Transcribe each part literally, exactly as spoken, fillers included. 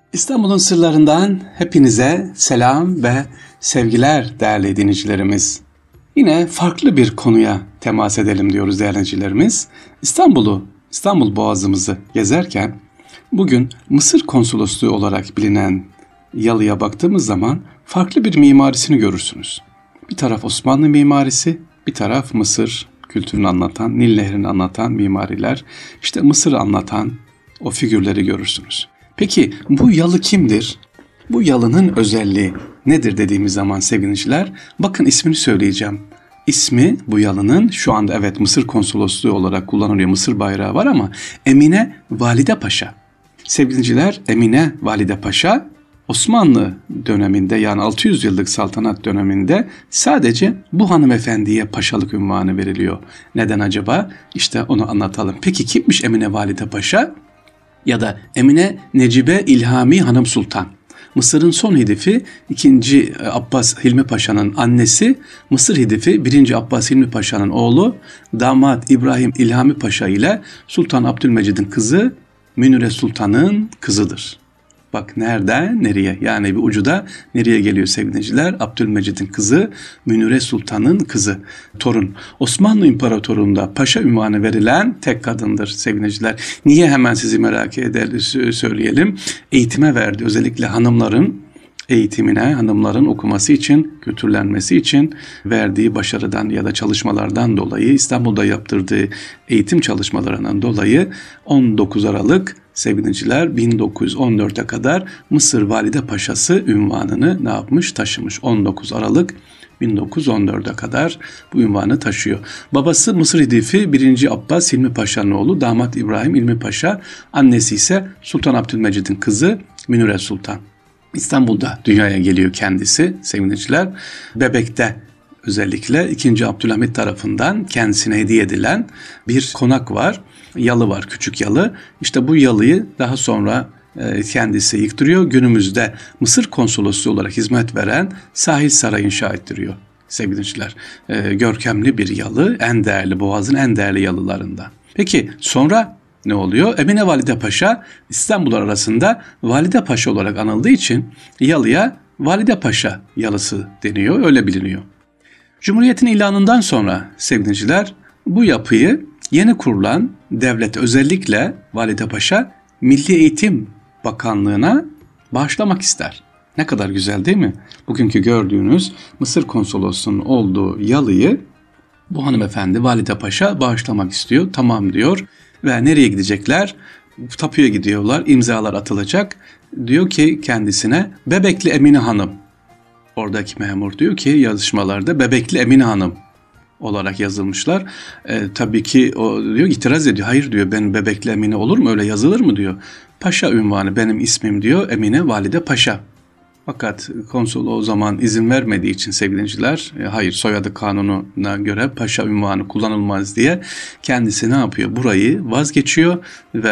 İstanbul'un sırlarından hepinize selam ve sevgiler değerli dinleyicilerimiz. Yine farklı bir konuya temas edelim diyoruz değerli dinleyicilerimiz. İstanbul'u, İstanbul Boğazımızı gezerken bugün Mısır Konsolosluğu olarak bilinen yalıya baktığımız zaman farklı bir mimarisini görürsünüz. Bir taraf Osmanlı mimarisi, bir taraf Mısır kültürünü anlatan, Nil Nehri'ni anlatan mimariler, işte Mısır'ı anlatan o figürleri görürsünüz. Peki bu yalı kimdir? Bu yalının özelliği nedir dediğimiz zaman sevgiliciler, bakın ismini söyleyeceğim. İsmi bu yalının şu anda evet Mısır Konsolosluğu olarak kullanılıyor. Mısır bayrağı var ama Emine Valide Paşa. Sevgiliciler, Emine Valide Paşa Osmanlı döneminde, yani altı yüz yıllık saltanat döneminde sadece bu hanımefendiye paşalık unvanı veriliyor. Neden acaba? İşte onu anlatalım. Peki kimmiş Emine Valide Paşa? Ya da Emine Necibe İlhami Hanım Sultan. Mısır'ın son hedefi ikinci. Abbas Hilmi Paşa'nın annesi, Mısır hedefi birinci. Abbas Hilmi Paşa'nın oğlu, damat İbrahim İlhami Paşa ile Sultan Abdülmecid'in kızı Münire Sultan'ın kızıdır. Bak nereden nereye, yani bir ucu da nereye geliyor sevgiliciler? Abdülmecid'in kızı, Münire Sultan'ın kızı, torun. Osmanlı İmparatorluğu'nda paşa unvanı verilen tek kadındır sevgiliciler. Niye, hemen sizi merak edelim, söyleyelim. Eğitime verdi, özellikle hanımların eğitimine, hanımların okuması için, kültürlenmesi için verdiği başarıdan ya da çalışmalardan dolayı, İstanbul'da yaptırdığı eğitim çalışmalarından dolayı on dokuz Aralık sevgiliciler bin dokuz yüz on dört'e kadar Mısır Valide Paşası unvanını ne yapmış? Taşımış. on dokuz Aralık bin dokuz yüz on dört'e kadar bu unvanı taşıyor. Babası Mısır hedefi birinci. Abbas Hilmi Paşa'nın oğlu, damat İbrahim İlmi Paşa, annesi ise Sultan Abdülmecid'in kızı Münire Sultan. İstanbul'da dünyaya geliyor kendisi sevgiliciler. Bebek'te özellikle ikinci. Abdülhamit tarafından kendisine hediye edilen bir konak var. Yalı var, küçük yalı. İşte bu yalıyı daha sonra kendisi yıktırıyor. Günümüzde Mısır Konsolosluğu olarak hizmet veren Sahil Sarayı inşa ettiriyor sevgiliciler. Görkemli bir yalı, en değerli, Boğaz'ın en değerli yalılarından. Peki sonra ne oluyor? Emine Valide Paşa İstanbul'lar arasında Valide Paşa olarak anıldığı için yalıya Valide Paşa yalısı deniyor, öyle biliniyor. Cumhuriyetin ilanından sonra sevgiliciler bu yapıyı yeni kurulan devlet, özellikle Valide Paşa Milli Eğitim Bakanlığı'na bağışlamak ister. Ne kadar güzel değil mi? Bugünkü gördüğünüz Mısır Konsolosluğu'nun olduğu yalıyı bu hanımefendi Valide Paşa bağışlamak istiyor. Tamam diyor. Ve nereye gidecekler? Tapuya gidiyorlar, imzalar atılacak. Diyor ki kendisine Bebekli Emine Hanım. Oradaki memur diyor ki yazışmalarda Bebekli Emine Hanım olarak yazılmışlar. E, tabii ki o diyor, itiraz ediyor. Hayır diyor, ben Bebekli Emine olur mu, öyle yazılır mı diyor. Paşa unvanı, benim ismim diyor Emine Valide Paşa. Fakat konsol o zaman izin vermediği için sevgiliciler, e, hayır soyadı kanununa göre paşa unvanı kullanılmaz diye kendisi ne yapıyor? Burayı vazgeçiyor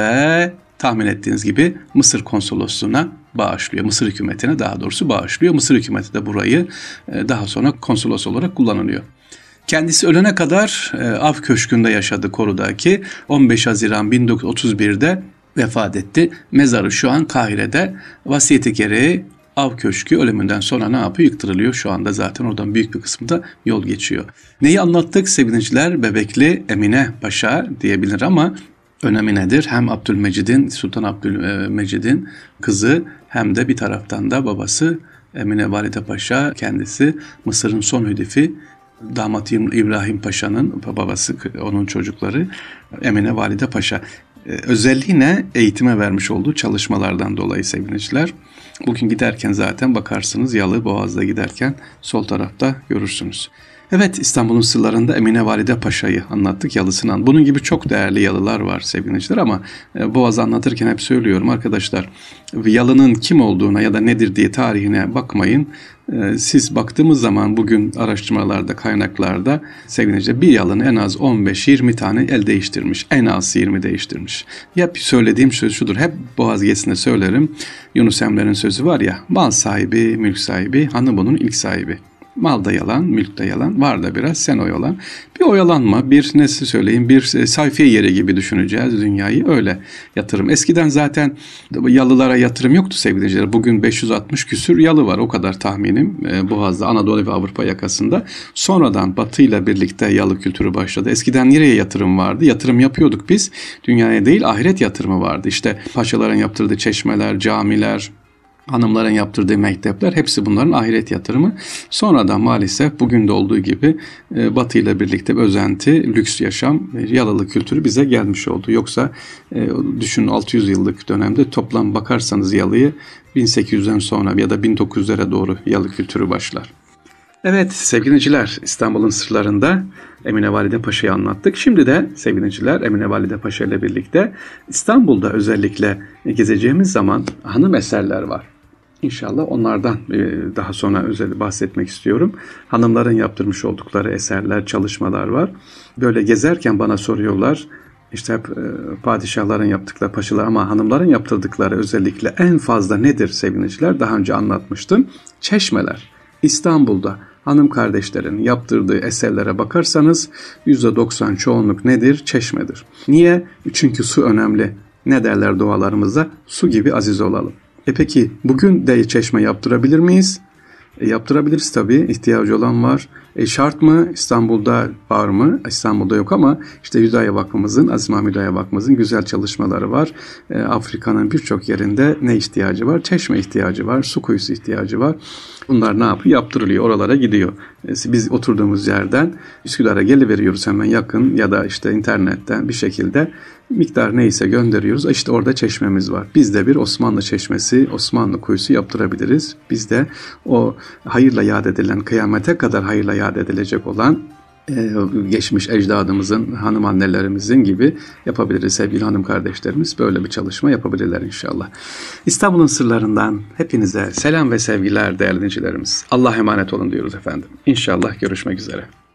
ve tahmin ettiğiniz gibi Mısır Konsolosluğu'na bağışlıyor. Mısır hükümetine daha doğrusu bağışlıyor. Mısır hükümeti de burayı e, daha sonra konsolos olarak kullanılıyor. Kendisi ölene kadar e, Av Köşkü'nde yaşadı, Koru'daki. on beş Haziran bin dokuz yüz otuz bir'de vefat etti. Mezarı şu an Kahire'de. Vasiyeti gereği Av Köşkü ölümünden sonra ne yapıyor? Yıktırılıyor. Şu anda zaten oradan büyük bir kısmında yol geçiyor. Neyi anlattık sevgiliciler? Bebekli Emine Paşa diyebilir ama önemi nedir? Hem Abdülmecid'in, Sultan Abdülmecid'in kızı hem de bir taraftan da babası Emine Valide Paşa, kendisi Mısır'ın son hedefi, damat İbrahim Paşa'nın babası, onun çocukları Emine Valide Paşa. Özelliği ne? Eğitime vermiş olduğu çalışmalardan dolayı sevgiliciler. Bugün giderken zaten bakarsınız, Yalı Boğaz'da giderken sol tarafta görürsünüz. Evet, İstanbul'un sırlarında Emine Valide Paşa'yı anlattık, yalısından. Bunun gibi çok değerli yalılar var sevgiliciler ama Boğaz'ı anlatırken hep söylüyorum arkadaşlar, yalının kim olduğuna ya da nedir diye tarihine bakmayın. Siz baktığımız zaman bugün araştırmalarda, kaynaklarda sevgiliciler bir yalını en az on beş yirmi tane el değiştirmiş. En az yirmi değiştirmiş. Hep söylediğim söz şudur. Hep Boğaz gezisinde söylerim. Yunus Emre'nin sözü var ya, mal sahibi, mülk sahibi, hanı bunun ilk sahibi. Malda yalan, mülkte yalan, var da biraz sen oyalan. Bir oyalanma, bir nasıl söyleyeyim, bir sayfiye yeri gibi düşüneceğiz dünyayı, öyle yatırım. Eskiden zaten yalılara yatırım yoktu sevgili dinleyiciler. Bugün beş yüz altmış küsür yalı var, o kadar tahminim Boğaz'da, Anadolu ve Avrupa yakasında. Sonradan Batı ile birlikte yalı kültürü başladı. Eskiden nereye yatırım vardı? Yatırım yapıyorduk biz. Dünyaya değil, ahiret yatırımı vardı. İşte paşaların yaptırdığı çeşmeler, camiler, hanımların yaptırdığı mektepler, hepsi bunların ahiret yatırımı. Sonradan maalesef bugün de olduğu gibi Batı ile birlikte özenti, lüks yaşam, yalılı kültürü bize gelmiş oldu. Yoksa düşünün altı yüz yıllık dönemde toplam bakarsanız yalıyı bin sekiz yüzden sonra ya da bin dokuz yüzlere doğru yalı kültürü başlar. Evet sevgili dinleyiciler, İstanbul'un sırlarında Emine Valide Paşa'yı anlattık. Şimdi de sevgili dinleyiciler, Emine Valide Paşa ile birlikte İstanbul'da özellikle gezeceğimiz zaman hanım eserler var. İnşallah onlardan daha sonra özel bahsetmek istiyorum. Hanımların yaptırmış oldukları eserler, çalışmalar var. Böyle gezerken bana soruyorlar, işte hep padişahların yaptıkları, paşalar, ama hanımların yaptırdıkları özellikle en fazla nedir sevgili dinleyiciler? Daha önce anlatmıştım. Çeşmeler. İstanbul'da hanım kardeşlerin yaptırdığı eserlere bakarsanız yüzde doksan çoğunluk nedir? Çeşmedir. Niye? Çünkü su önemli. Ne derler dualarımızda? Su gibi aziz olalım. E peki bugün de çeşme yaptırabilir miyiz? E yaptırabiliriz tabii. İhtiyacı olan var. E şart mı? İstanbul'da var mı? İstanbul'da yok ama işte Hüdaya Vakfımızın, Aziz Mahmud Hüdaya Vakfımızın güzel çalışmaları var. E, Afrika'nın birçok yerinde ne ihtiyacı var? Çeşme ihtiyacı var. Su kuyusu ihtiyacı var. Bunlar ne yapıyor? Yaptırılıyor. Oralara gidiyor. E, biz oturduğumuz yerden Üsküdar'a geliveriyoruz hemen yakın, ya da işte internetten bir şekilde miktar neyse gönderiyoruz. İşte orada çeşmemiz var. Biz de bir Osmanlı çeşmesi, Osmanlı kuyusu yaptırabiliriz. Biz de o hayırla yad edilen, kıyamete kadar hayırla yad edilecek olan e, geçmiş ecdadımızın, hanım annelerimizin gibi yapabiliriz. Sevgili hanım kardeşlerimiz böyle bir çalışma yapabilirler inşallah. İstanbul'un sırlarından hepinize selam ve sevgiler değerli dinleyicilerimiz. Allah'a emanet olun diyoruz efendim. İnşallah görüşmek üzere.